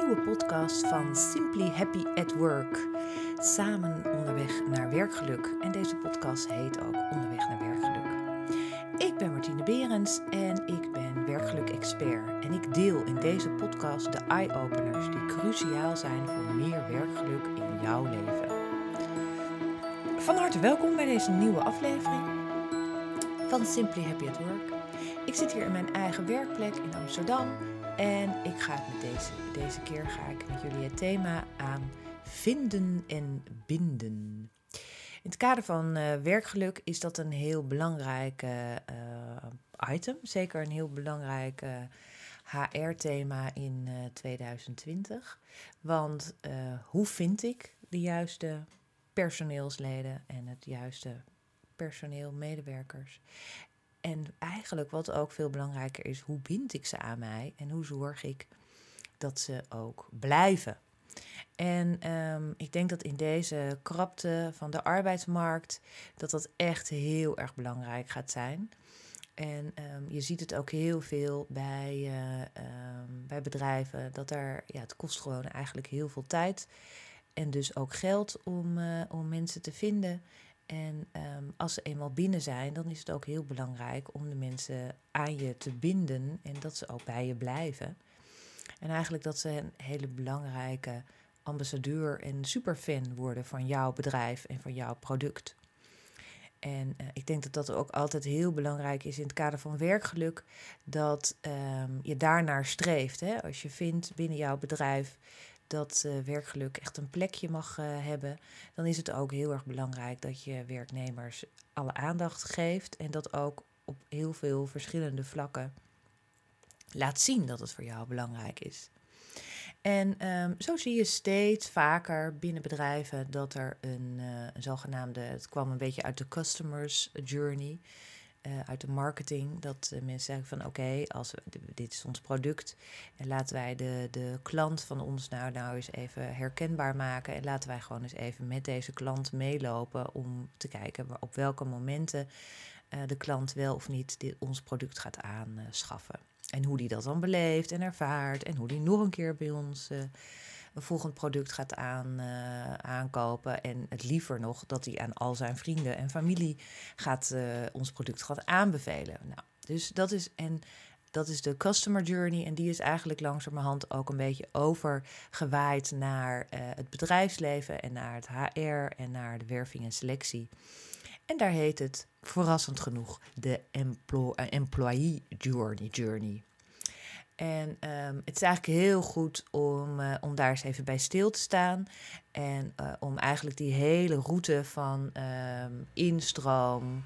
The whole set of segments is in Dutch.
nieuwe podcast van Simply Happy at Work. Samen onderweg naar werkgeluk. En deze podcast heet ook Onderweg naar werkgeluk. Ik ben Martine Berends en ik ben werkgeluk-expert. En ik deel in deze podcast de eye-openers die cruciaal zijn voor meer werkgeluk in jouw leven. Van harte welkom bij deze nieuwe aflevering van Simply Happy at Work. Ik zit hier in mijn eigen werkplek in Amsterdam en ik ga het met deze keer ga ik met jullie het thema aan vinden en binden. In het kader van werkgeluk is dat een heel belangrijk item, zeker een heel belangrijk HR-thema in 2020. Want hoe vind ik de juiste personeelsleden en het juiste personeel, medewerkers? En eigenlijk wat ook veel belangrijker is, hoe bind ik ze aan mij en hoe zorg ik dat ze ook blijven? En ik denk dat in deze krapte van de arbeidsmarkt, dat echt heel erg belangrijk gaat zijn. En je ziet het ook heel veel bij bedrijven, dat het kost gewoon eigenlijk heel veel tijd en dus ook geld om mensen te vinden. En als ze eenmaal binnen zijn, dan is het ook heel belangrijk om de mensen aan je te binden en dat ze ook bij je blijven. En eigenlijk dat ze een hele belangrijke ambassadeur en superfan worden van jouw bedrijf en van jouw product. En ik denk dat dat ook altijd heel belangrijk is in het kader van werkgeluk, dat je daarnaar streeft. Hè? Als je vindt binnen jouw bedrijf dat werkgeluk echt een plekje mag hebben, dan is het ook heel erg belangrijk dat je werknemers alle aandacht geeft en dat ook op heel veel verschillende vlakken laat zien dat het voor jou belangrijk is. En zo zie je steeds vaker binnen bedrijven dat er een zogenaamde, het kwam een beetje uit de customers journey, uit de marketing, dat mensen zeggen van oké, dit is ons product en laten wij de klant van ons nou eens even herkenbaar maken en laten wij gewoon eens even met deze klant meelopen om te kijken op welke momenten de klant wel of niet ons product gaat aanschaffen. En hoe die dat dan beleeft en ervaart en hoe die nog een keer bij ons een volgend product gaat aankopen. En het liever nog dat hij aan al zijn vrienden en familie ons product gaat aanbevelen. Nou, dus dat is de customer journey en die is eigenlijk langzamerhand ook een beetje overgewaaid naar het bedrijfsleven en naar het HR en naar de werving en selectie. En daar heet het, verrassend genoeg, de employee journey. En het is eigenlijk heel goed om daar eens even bij stil te staan. En om eigenlijk die hele route van instroom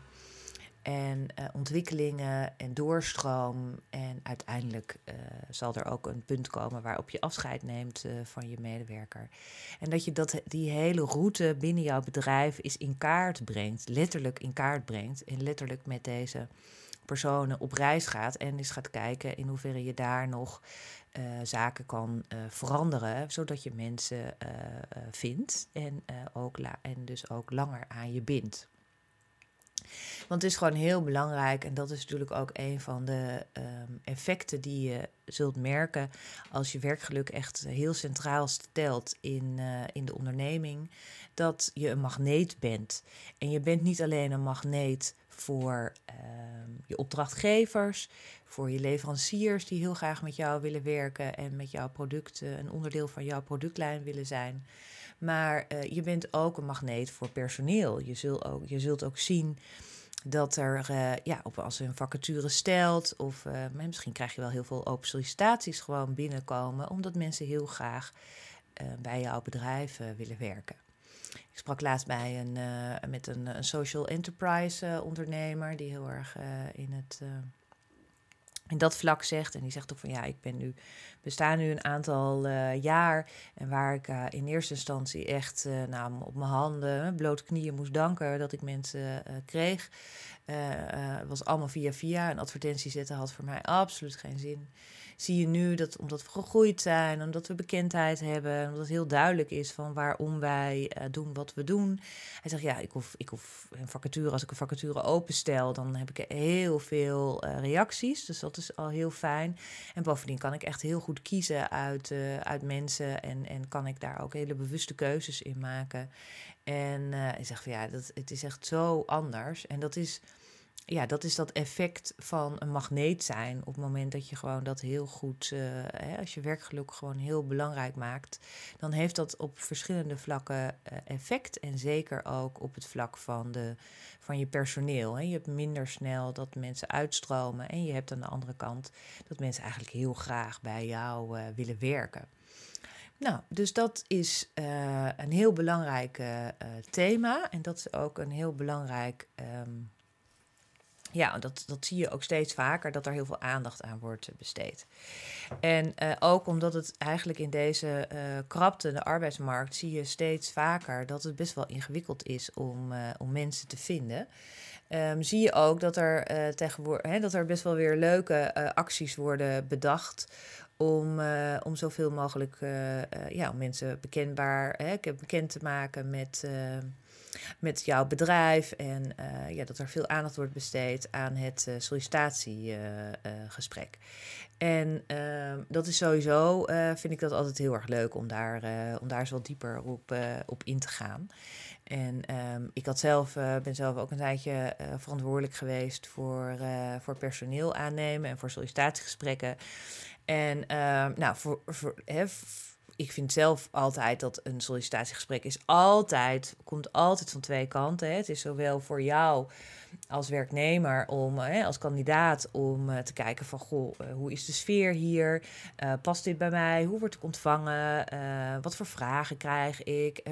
en ontwikkelingen en doorstroom. En uiteindelijk zal er ook een punt komen waarop je afscheid neemt van je medewerker. En dat je die hele route binnen jouw bedrijf is in kaart brengt, letterlijk in kaart brengt. En letterlijk met deze personen op reis gaat en eens gaat kijken in hoeverre je daar nog zaken kan veranderen, zodat je mensen vindt en dus ook langer aan je bindt. Want het is gewoon heel belangrijk en dat is natuurlijk ook een van de effecten die je zult merken als je werkgeluk echt heel centraal stelt in de onderneming, dat je een magneet bent. En je bent niet alleen een magneet voor je opdrachtgevers, voor je leveranciers die heel graag met jou willen werken en met jouw product een onderdeel van jouw productlijn willen zijn. Maar je bent ook een magneet voor personeel. Je zult ook zien dat er, als je een vacature stelt, of misschien krijg je wel heel veel open sollicitaties gewoon binnenkomen, omdat mensen heel graag bij jouw bedrijf willen werken. Ik sprak laatst met een social enterprise ondernemer die heel erg in dat vlak zegt. En die zegt ook van we staan nu een aantal jaar. En waar ik in eerste instantie echt op mijn handen, blote knieën moest danken dat ik mensen kreeg. Het was allemaal via. Een advertentie zetten had voor mij absoluut geen zin. Zie je nu dat omdat we gegroeid zijn, omdat we bekendheid hebben, omdat het heel duidelijk is van waarom wij doen wat we doen. Hij zegt, ja, ik hoef een vacature, als ik een vacature openstel, dan heb ik heel veel reacties. Dus dat is al heel fijn. En bovendien kan ik echt heel goed kiezen uit mensen en kan ik daar ook hele bewuste keuzes in maken. En hij zegt van ja, het is echt zo anders. En dat is dat effect van een magneet zijn. Op het moment dat je gewoon dat heel goed, als je werkgeluk gewoon heel belangrijk maakt, dan heeft dat op verschillende vlakken effect. En zeker ook op het vlak van je personeel. Hè. Je hebt minder snel dat mensen uitstromen. En je hebt aan de andere kant dat mensen eigenlijk heel graag bij jou willen werken. Nou, dus dat is een heel belangrijk thema. En dat is ook een heel belangrijk... dat zie je ook steeds vaker, dat er heel veel aandacht aan wordt besteed. En ook omdat het eigenlijk in deze krapte, de arbeidsmarkt, zie je steeds vaker dat het best wel ingewikkeld is om mensen te vinden. Zie je ook dat er tegenwoordig dat er best wel weer leuke acties worden bedacht om zoveel mogelijk om mensen bekend te maken met jouw bedrijf. En dat er veel aandacht wordt besteed aan het sollicitatiegesprek. En dat is sowieso, vind ik dat altijd heel erg leuk om daar eens wat dieper op in te gaan. En ik ben zelf ook een tijdje verantwoordelijk geweest voor personeel aannemen en voor sollicitatiegesprekken. En ik vind zelf altijd dat een sollicitatiegesprek komt altijd van twee kanten. Hè. Het is zowel voor jou als werknemer als kandidaat om te kijken van hoe is de sfeer hier? Past dit bij mij? Hoe word ik ontvangen? Wat voor vragen krijg ik?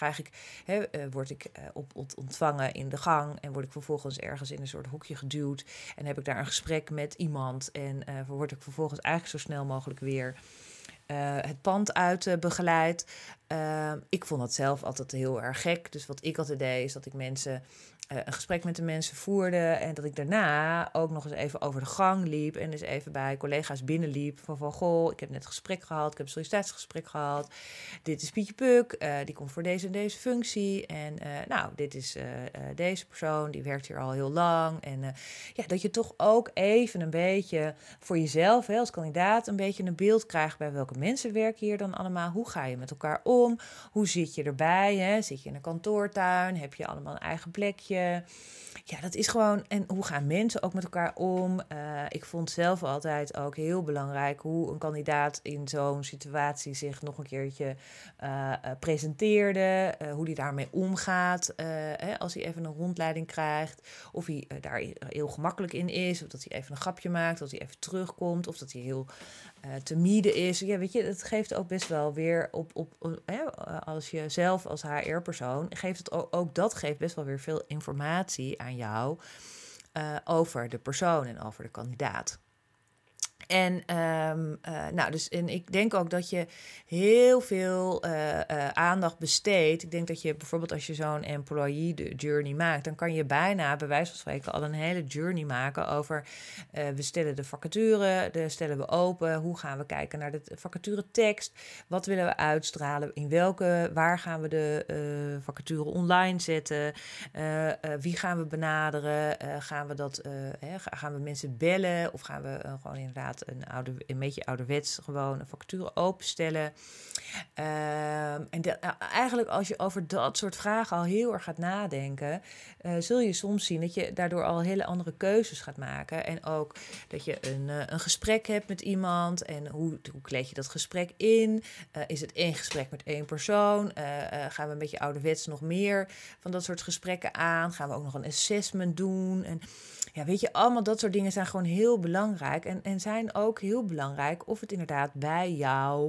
Word ik ontvangen in de gang en word ik vervolgens ergens in een soort hokje geduwd en heb ik daar een gesprek met iemand en word ik vervolgens eigenlijk zo snel mogelijk weer het pand uit begeleid. Ik vond dat zelf altijd heel erg gek. Dus wat ik altijd deed, is dat ik een gesprek met de mensen voerde en dat ik daarna ook nog eens even over de gang liep en dus even bij collega's binnenliep van goh, ik heb net een gesprek gehad, ik heb een sollicitatiegesprek gehad. Dit is Pietje Puk, die komt voor deze en deze functie en dit is deze persoon, die werkt hier al heel lang. En dat je toch ook even een beetje voor jezelf, als kandidaat, een beetje een beeld krijgt bij welke mensen werken hier dan allemaal. Hoe ga je met elkaar om? Hoe zit je erbij? Hè? Zit je in een kantoortuin? Heb je allemaal een eigen plekje? Ja, dat is gewoon... En hoe gaan mensen ook met elkaar om? Ik vond zelf altijd ook heel belangrijk hoe een kandidaat in zo'n situatie zich nog een keertje presenteerde. Hoe die daarmee omgaat. Als hij even een rondleiding krijgt. Of hij daar heel gemakkelijk in is. Of dat hij even een grapje maakt. Of dat hij even terugkomt. Of dat hij heel timide is. Ja, weet je, het geeft ook best wel weer als je zelf als HR-persoon... Ook dat geeft best wel weer veel informatie aan jou over de persoon en over de kandidaat. En, en ik denk ook dat je heel veel aandacht besteedt. Ik denk dat je bijvoorbeeld als je zo'n employee journey maakt, dan kan je bijna, bij wijze van spreken, al een hele journey maken over we stellen de vacature, stellen we open, hoe gaan we kijken naar de vacaturetekst, wat willen we uitstralen, waar gaan we de vacature online zetten, wie gaan we benaderen, gaan we mensen bellen of gaan we gewoon inderdaad een beetje ouderwets gewoon een vacature openstellen. Eigenlijk als je over dat soort vragen al heel erg gaat nadenken, zul je soms zien dat je daardoor al hele andere keuzes gaat maken. En ook dat je een gesprek hebt met iemand en hoe kleed je dat gesprek in? Is het één gesprek met één persoon? Gaan we een beetje ouderwets nog meer van dat soort gesprekken aan? Gaan we ook nog een assessment doen? En ja, weet je, allemaal dat soort dingen zijn gewoon heel belangrijk. En zijn ook heel belangrijk of het inderdaad bij jou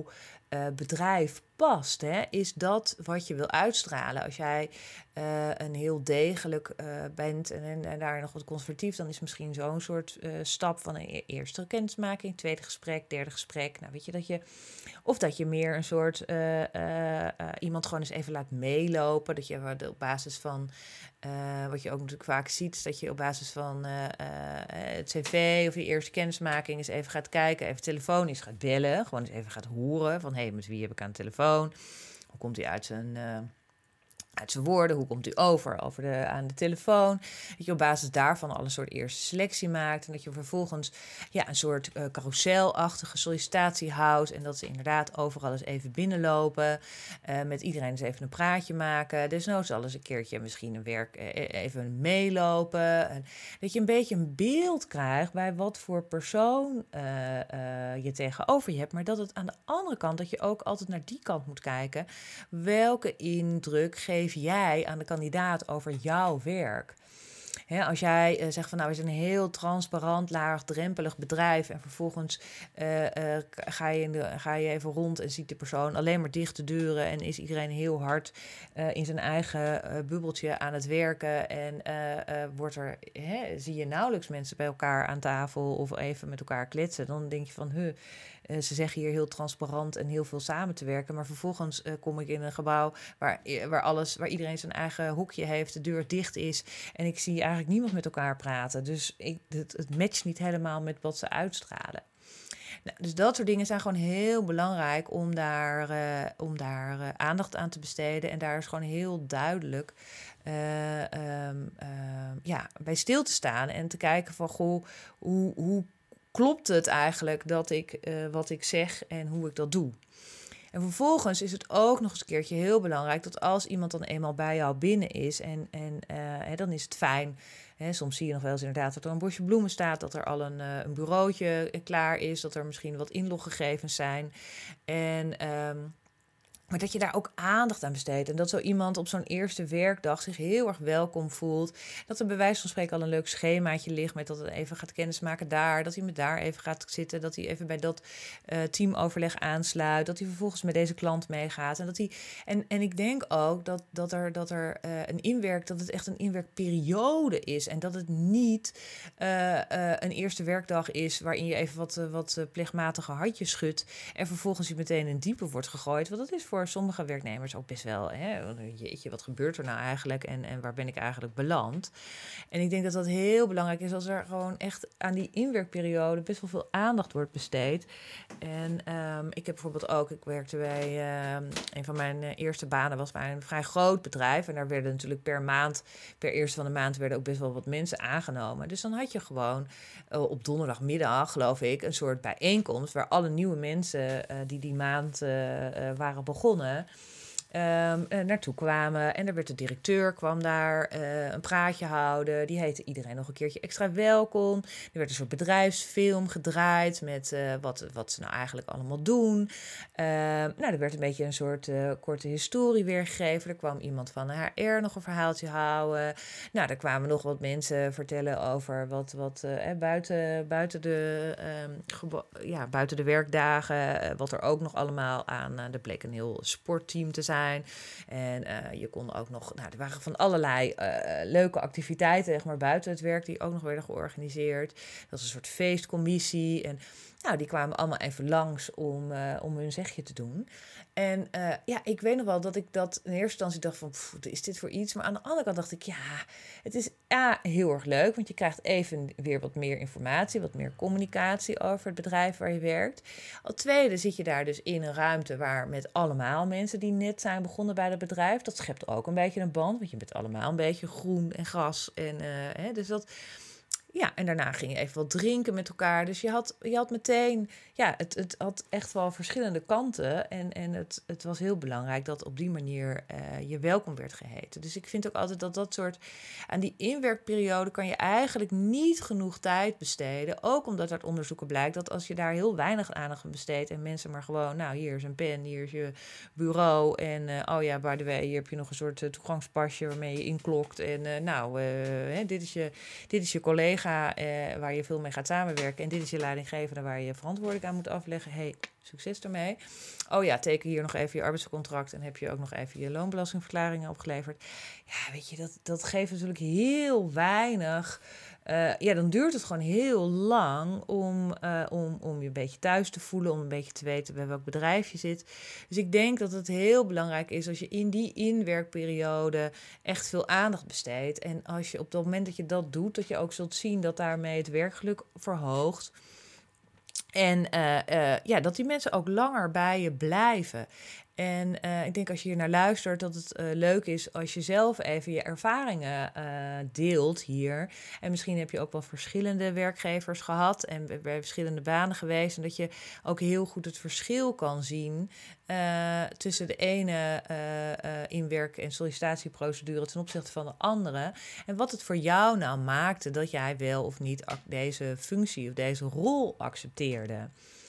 bedrijf past, hè, is dat wat je wil uitstralen. Als jij een heel degelijk bent en daar nog wat conservatief, dan is misschien zo'n soort stap van een eerste kennismaking, tweede gesprek, derde gesprek. Nou, weet je dat je, of dat je meer een soort iemand gewoon eens even laat meelopen, dat je op basis van wat je ook natuurlijk vaak ziet, is dat je op basis van het cv of die eerste kennismaking eens even gaat kijken, even telefonisch gaat bellen, gewoon eens even gaat horen van hé, met wie heb ik aan de telefoon? Hoe komt hij uit zijn woorden, hoe komt u aan de telefoon. Dat je op basis daarvan al een soort eerste selectie maakt. En dat je vervolgens een soort carouselachtige sollicitatie houdt. En dat ze inderdaad overal eens even binnenlopen. Met iedereen eens even een praatje maken. Desnoods al eens een keertje misschien even meelopen. En dat je een beetje een beeld krijgt bij wat voor persoon je tegenover je hebt. Maar dat het aan de andere kant, dat je ook altijd naar die kant moet kijken. Welke indruk geef jij aan de kandidaat over jouw werk? Als jij zegt van nou, we zijn een heel transparant, laagdrempelig bedrijf en vervolgens ga je even rond en ziet de persoon alleen maar dichte deuren en is iedereen heel hard in zijn eigen bubbeltje aan het werken en zie je nauwelijks mensen bij elkaar aan tafel of even met elkaar kletsen, dan denk je van ze zeggen hier heel transparant en heel veel samen te werken. Maar vervolgens kom ik in een gebouw waar iedereen zijn eigen hoekje heeft, de deur dicht is. En ik zie eigenlijk niemand met elkaar praten. Dus het matcht niet helemaal met wat ze uitstralen. Nou, dus dat soort dingen zijn gewoon heel belangrijk om daar aandacht aan te besteden. En daar is gewoon heel duidelijk bij stil te staan. En te kijken van, hoe klopt het eigenlijk dat ik wat ik zeg en hoe ik dat doe? En vervolgens is het ook nog eens een keertje heel belangrijk dat als iemand dan eenmaal bij jou binnen is dan is het fijn. Soms zie je nog wel eens inderdaad dat er een bosje bloemen staat, dat er al een bureautje klaar is, dat er misschien wat inloggegevens zijn. Maar dat je daar ook aandacht aan besteedt. En dat zo iemand op zo'n eerste werkdag zich heel erg welkom voelt. Dat er bij wijze van spreken al een leuk schemaatje ligt met dat hij even gaat kennismaken daar. Dat hij met daar even gaat zitten. Dat hij even bij dat teamoverleg aansluit. Dat hij vervolgens met deze klant meegaat. En ik denk ook dat er dat het echt een inwerkperiode is. En dat het niet een eerste werkdag is waarin je even wat plichtmatige handjes schudt. En vervolgens je meteen in diepe wordt gegooid. Want dat is voor sommige werknemers ook best wel, jeetje, wat gebeurt er nou eigenlijk en waar ben ik eigenlijk beland? En ik denk dat dat heel belangrijk is als er gewoon echt aan die inwerkperiode best wel veel aandacht wordt besteed. En ik heb bijvoorbeeld ook, ik werkte bij een van mijn eerste banen was bij een vrij groot bedrijf en daar werden natuurlijk per eerste van de maand werden ook best wel wat mensen aangenomen. Dus dan had je gewoon op donderdagmiddag, geloof ik, een soort bijeenkomst waar alle nieuwe mensen die maand waren begonnen, naartoe kwamen. En er werd de directeur, kwam daar een praatje houden. Die heette iedereen nog een keertje extra welkom. Er werd een soort bedrijfsfilm gedraaid met wat ze nou eigenlijk allemaal doen. Er werd een beetje een soort korte historie weergegeven. Er kwam iemand van de HR nog een verhaaltje houden. Nou, er kwamen nog wat mensen vertellen over buiten de werkdagen. Wat er ook nog allemaal aan. Er bleek een heel sportteam te zijn. En je kon ook nog. Nou, er waren van allerlei leuke activiteiten, zeg maar, buiten het werk, die ook nog werden georganiseerd. Dat was een soort feestcommissie. En nou, die kwamen allemaal even langs om hun zegje te doen. En ik weet nog wel dat ik dat in eerste instantie dacht van, is dit voor iets? Maar aan de andere kant dacht ik, het is heel erg leuk, want je krijgt even weer wat meer informatie, wat meer communicatie over het bedrijf waar je werkt. Als tweede zit je daar dus in een ruimte waar met allemaal mensen die net zijn begonnen bij het bedrijf. Dat schept ook een beetje een band, want je bent allemaal een beetje groen en gras. Dus dat. Ja, en daarna ging je even wat drinken met elkaar. Dus je had meteen, het had echt wel verschillende kanten. En het was heel belangrijk dat op die manier je welkom werd geheten. Dus ik vind ook altijd dat soort, aan die inwerkperiode kan je eigenlijk niet genoeg tijd besteden. Ook omdat uit onderzoeken blijkt dat als je daar heel weinig aandacht aan besteedt en mensen maar gewoon, nou, hier is een pen, hier is je bureau. En by the way, hier heb je nog een soort toegangspasje waarmee je inklokt. En dit is je collega. collega waar je veel mee gaat samenwerken. En dit is je leidinggevende waar je verantwoordelijk aan moet afleggen. Hey, succes ermee. Oh ja, teken hier nog even je arbeidscontract en heb je ook nog even je loonbelastingverklaringen opgeleverd. Ja, weet je, dat geeft natuurlijk heel weinig. Dan duurt het gewoon heel lang om je een beetje thuis te voelen, om een beetje te weten bij welk bedrijf je zit. Dus ik denk dat het heel belangrijk is als je in die inwerkperiode echt veel aandacht besteedt. En als je op het moment dat je dat doet, dat je ook zult zien dat daarmee het werkgeluk verhoogt. En dat die mensen ook langer bij je blijven. En ik denk als je hier naar luistert dat het leuk is als je zelf even je ervaringen deelt hier. En misschien heb je ook wel verschillende werkgevers gehad en bij verschillende banen geweest. En dat je ook heel goed het verschil kan zien tussen de ene inwerk- en sollicitatieprocedure ten opzichte van de andere. En wat het voor jou nou maakte dat jij wel of niet deze functie of deze rol accepteerde.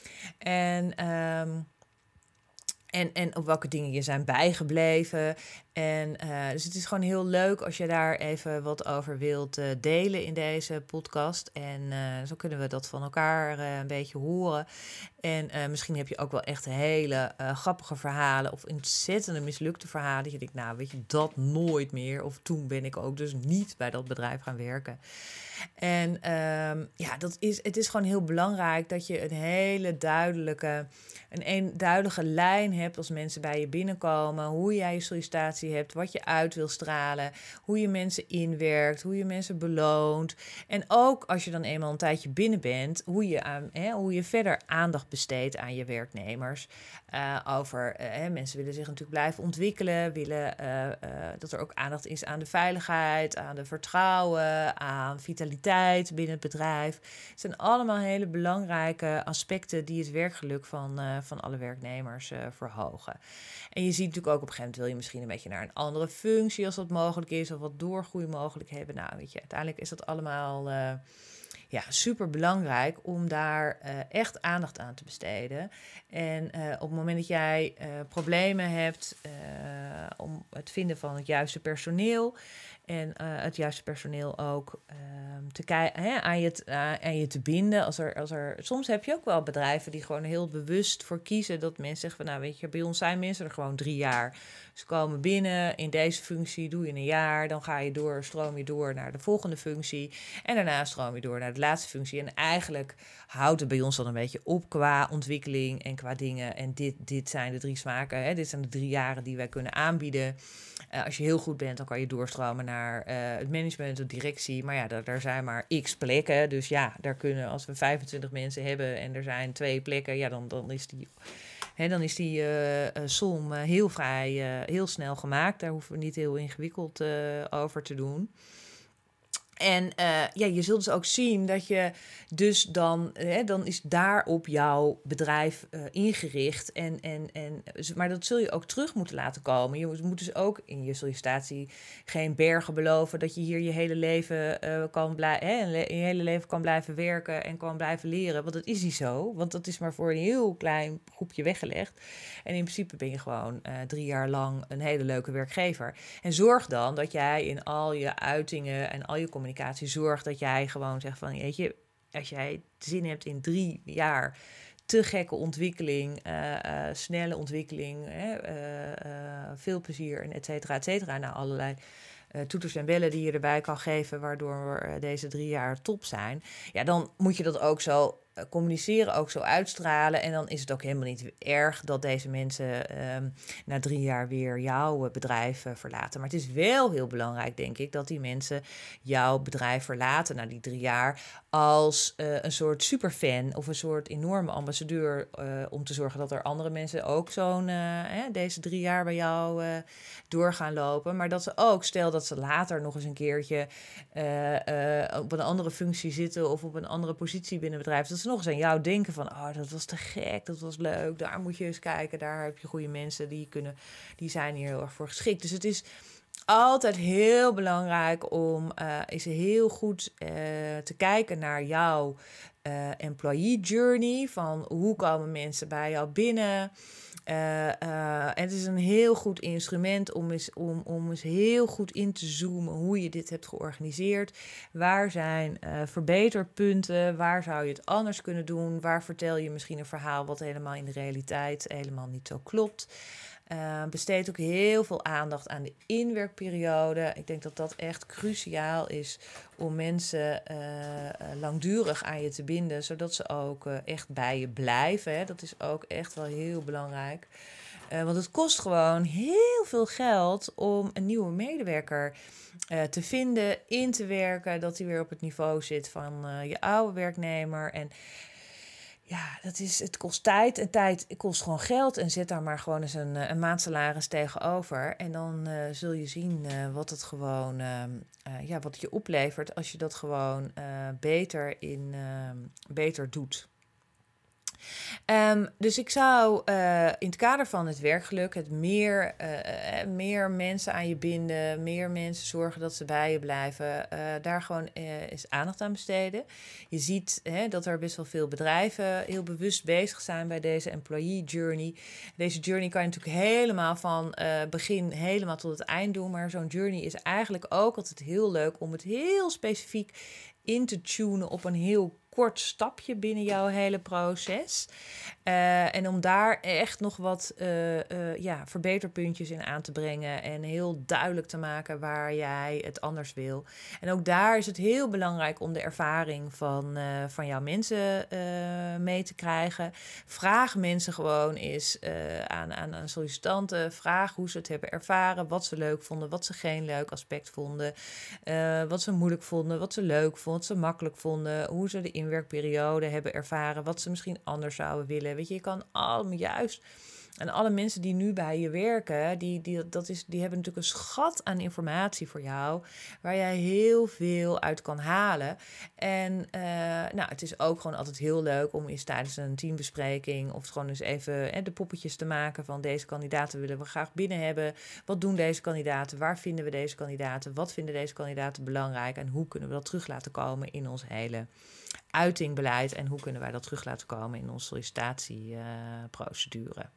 En op welke dingen je zijn bijgebleven. Dus het is gewoon heel leuk als je daar even wat over wilt delen in deze podcast. En zo kunnen we dat van elkaar een beetje horen. En misschien heb je ook wel echt hele grappige verhalen of ontzettende mislukte verhalen. Dat je denkt, nou weet je, dat nooit meer. Of toen ben ik ook dus niet bij dat bedrijf gaan werken. En het is gewoon heel belangrijk dat je een duidelijke lijn hebt als mensen bij je binnenkomen. Hoe jij je sollicitatie hebt, wat je uit wil stralen, hoe je mensen inwerkt, hoe je mensen beloont. En ook als je dan eenmaal een tijdje binnen bent, hoe je verder aandacht besteedt aan je werknemers. Mensen willen zich natuurlijk blijven ontwikkelen, willen dat er ook aandacht is aan de veiligheid, aan de vertrouwen, aan vitaliteit binnen het bedrijf. Het zijn allemaal hele belangrijke aspecten die het werkgeluk van alle werknemers verhogen. En je ziet natuurlijk ook op een gegeven moment wil je misschien een beetje naar een andere functie als dat mogelijk is, of wat doorgroeimogelijkheden. Nou, weet je, uiteindelijk is dat allemaal super belangrijk om daar echt aandacht aan te besteden. En op het moment dat jij problemen hebt om het vinden van het juiste personeel en het juiste personeel ook aan je te binden. Soms heb je ook wel bedrijven die gewoon heel bewust voor kiezen dat mensen zeggen van, nou weet je, bij ons zijn mensen er gewoon 3 jaar. Ze komen binnen in deze functie, doe je een jaar, dan stroom je door naar de volgende functie en daarna stroom je door naar de laatste functie. En eigenlijk houdt het bij ons dan een beetje op qua ontwikkeling en qua dingen. En dit zijn de 3 smaken, hè? Dit zijn de 3 jaren die wij kunnen aanbieden. Als je heel goed bent, dan kan je doorstromen naar het management, de directie. Maar ja, daar zijn maar x plekken. Dus ja, daar kunnen, als we 25 mensen hebben en er zijn 2 plekken, ja, dan is die som heel snel gemaakt. Daar hoeven we niet heel ingewikkeld over te doen. En je zult dus ook zien dat je dus dan is daarop jouw bedrijf ingericht. Maar dat zul je ook terug moeten laten komen. Je moet dus ook in je sollicitatie geen bergen beloven dat je hier je hele leven kan blijven werken en kan blijven leren. Want dat is niet zo, want dat is maar voor een heel klein groepje weggelegd. En in principe ben je gewoon 3 jaar lang een hele leuke werkgever. En zorg dan dat jij in al je uitingen en al je communicatie zorgt dat jij gewoon zegt van, weet je, als jij zin hebt in 3 jaar te gekke ontwikkeling, snelle ontwikkeling, veel plezier en et cetera, nou allerlei toeters en bellen die je erbij kan geven, waardoor deze 3 jaar top zijn. Ja, dan moet je dat ook zo communiceren, ook zo uitstralen. En dan is het ook helemaal niet erg dat deze mensen na 3 jaar weer jouw bedrijf verlaten. Maar het is wel heel belangrijk, denk ik, dat die mensen jouw bedrijf verlaten na die 3 jaar als een soort superfan of een soort enorme ambassadeur om te zorgen dat er andere mensen ook deze 3 jaar bij jou door gaan lopen. Maar dat ze ook, stel dat ze later nog eens een keertje op een andere functie zitten of op een andere positie binnen het bedrijf, dat ze nog eens aan jou denken van, oh, dat was te gek, dat was leuk, daar moet je eens kijken, daar heb je goede mensen die zijn hier heel erg voor geschikt. Dus het is altijd heel belangrijk om eens heel goed te kijken naar jouw employee journey, van hoe komen mensen bij jou binnen, Het is een heel goed instrument om eens heel goed in te zoomen hoe je dit hebt georganiseerd. Waar zijn verbeterpunten? Waar zou je het anders kunnen doen? Waar vertel je misschien een verhaal wat helemaal in de realiteit helemaal niet zo klopt? Besteed ook heel veel aandacht aan de inwerkperiode. Ik denk dat dat echt cruciaal is om mensen langdurig aan je te binden, zodat ze ook echt bij je blijven. Hè. Dat is ook echt wel heel belangrijk. Want het kost gewoon heel veel geld om een nieuwe medewerker te vinden, in te werken, dat hij weer op het niveau zit van je oude werknemer. En ja, het kost tijd en tijd kost gewoon geld. En zet daar maar gewoon eens een maandsalaris tegenover. En dan zul je zien wat het gewoon, wat het je oplevert als je dat gewoon beter doet. Dus ik zou in het kader van het werkgeluk het meer mensen aan je binden, meer mensen zorgen dat ze bij je blijven, daar gewoon eens aandacht aan besteden. Je ziet dat er best wel veel bedrijven heel bewust bezig zijn bij deze employee journey. Deze journey kan je natuurlijk helemaal van begin helemaal tot het eind doen, maar zo'n journey is eigenlijk ook altijd heel leuk om het heel specifiek in te tunen op een heel kort stapje binnen jouw hele proces. En om daar echt nog wat verbeterpuntjes in aan te brengen en heel duidelijk te maken waar jij het anders wil. En ook daar is het heel belangrijk om de ervaring van jouw mensen mee te krijgen. Vraag mensen gewoon eens aan sollicitanten. Vraag hoe ze het hebben ervaren, wat ze leuk vonden, wat ze geen leuk aspect vonden, wat ze moeilijk vonden, wat ze leuk vonden, wat ze makkelijk vonden, hoe ze de inwerkperiode hebben ervaren, wat ze misschien anders zouden willen. Weet je kan allemaal juist. En alle mensen die nu bij je werken, die hebben natuurlijk een schat aan informatie voor jou, waar jij heel veel uit kan halen. En het is ook gewoon altijd heel leuk om eens tijdens een teambespreking of gewoon eens even de poppetjes te maken van deze kandidaten willen we graag binnen hebben. Wat doen deze kandidaten? Waar vinden we deze kandidaten? Wat vinden deze kandidaten belangrijk? En hoe kunnen we dat terug laten komen in ons hele uitingbeleid? En hoe kunnen wij dat terug laten komen in onze sollicitatieprocedure?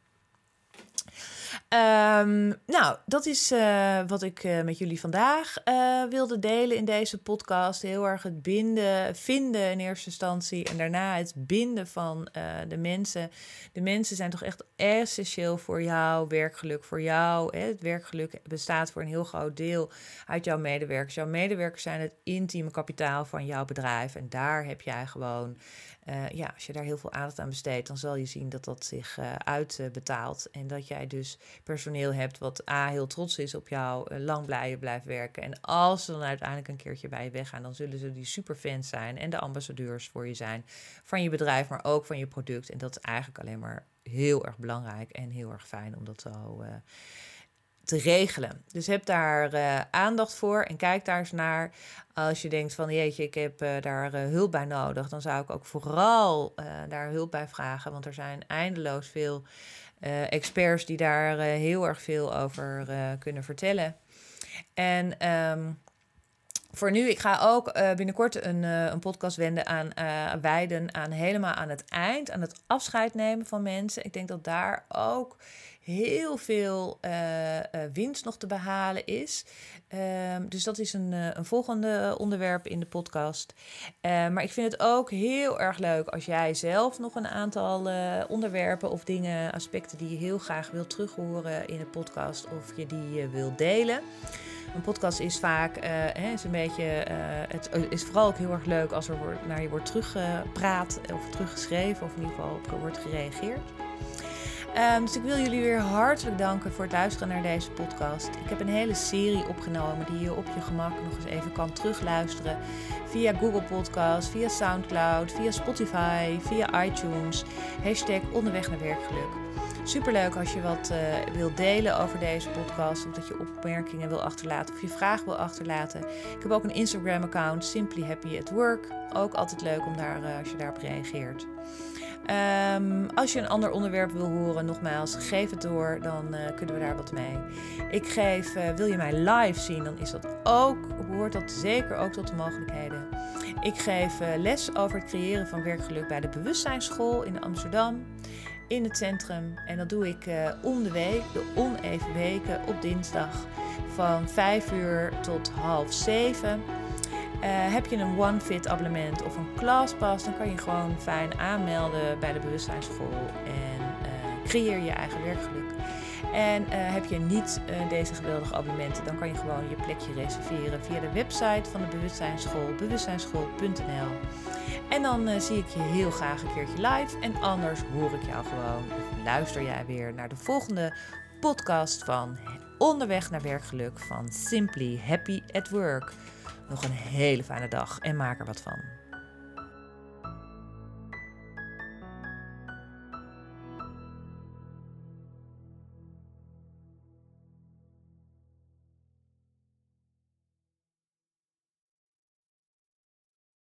Dat is wat ik met jullie vandaag wilde delen in deze podcast. Heel erg het vinden in eerste instantie en daarna het binden van de mensen. De mensen zijn toch echt essentieel voor jouw werkgeluk, voor jou. Het werkgeluk bestaat voor een heel groot deel uit jouw medewerkers. Jouw medewerkers zijn het intieme kapitaal van jouw bedrijf en daar heb jij gewoon... als je daar heel veel aandacht aan besteedt, dan zal je zien dat dat zich uitbetaalt. En dat jij dus personeel hebt wat heel trots is op jou, lang bij je blijft werken. En als ze dan uiteindelijk een keertje bij je weggaan, dan zullen ze die superfans zijn en de ambassadeurs voor je zijn. Van je bedrijf, maar ook van je product. En dat is eigenlijk alleen maar heel erg belangrijk en heel erg fijn om dat zo te regelen. Dus heb daar aandacht voor en kijk daar eens naar. Als je denkt van jeetje, ik heb daar hulp bij nodig, dan zou ik ook vooral daar hulp bij vragen. Want er zijn eindeloos veel experts die daar heel erg veel over kunnen vertellen. En voor nu, ik ga ook binnenkort een podcast wijden aan helemaal aan het eind, aan het afscheid nemen van mensen. Ik denk dat daar ook heel veel winst nog te behalen is. Dus dat is een volgende onderwerp in de podcast. Maar ik vind het ook heel erg leuk als jij zelf nog een aantal onderwerpen of dingen, aspecten die je heel graag wilt terughoren in de podcast of je die wilt delen. Een podcast is vaak is een beetje. Het is vooral ook heel erg leuk als er naar je wordt teruggepraat of teruggeschreven of in ieder geval op wordt gereageerd. Dus ik wil jullie weer hartelijk danken voor het luisteren naar deze podcast. Ik heb een hele serie opgenomen die je op je gemak nog eens even kan terugluisteren. Via Google Podcast, via Soundcloud, via Spotify, via iTunes. #onderweg naar werkgeluk. Superleuk als je wat wilt delen over deze podcast. Of dat je opmerkingen wil achterlaten of je vragen wil achterlaten. Ik heb ook een Instagram account, Simply Happy at Work. Ook altijd leuk om daar, als je daarop reageert. Als je een ander onderwerp wil horen, nogmaals, geef het door. Dan kunnen we daar wat mee. Wil je mij live zien, dan is dat behoort dat zeker ook tot de mogelijkheden. Ik geef les over het creëren van werkgeluk bij de Bewustzijnsschool in Amsterdam. in het centrum. En dat doe ik om de week, de oneven weken, op dinsdag van 5 uur tot 6:30. Heb je een OneFit abonnement of een ClassPass, dan kan je gewoon fijn aanmelden bij de bewustzijnsschool en creëer je eigen werkgeluk. En heb je niet deze geweldige abonnementen, dan kan je gewoon je plekje reserveren via de website van de bewustzijnsschool, bewustzijnsschool.nl. En dan zie ik je heel graag een keertje live en anders hoor ik jou gewoon of luister jij weer naar de volgende podcast van Onderweg naar Werkgeluk van Simply Happy at Work. Nog een hele fijne dag en maak er wat van.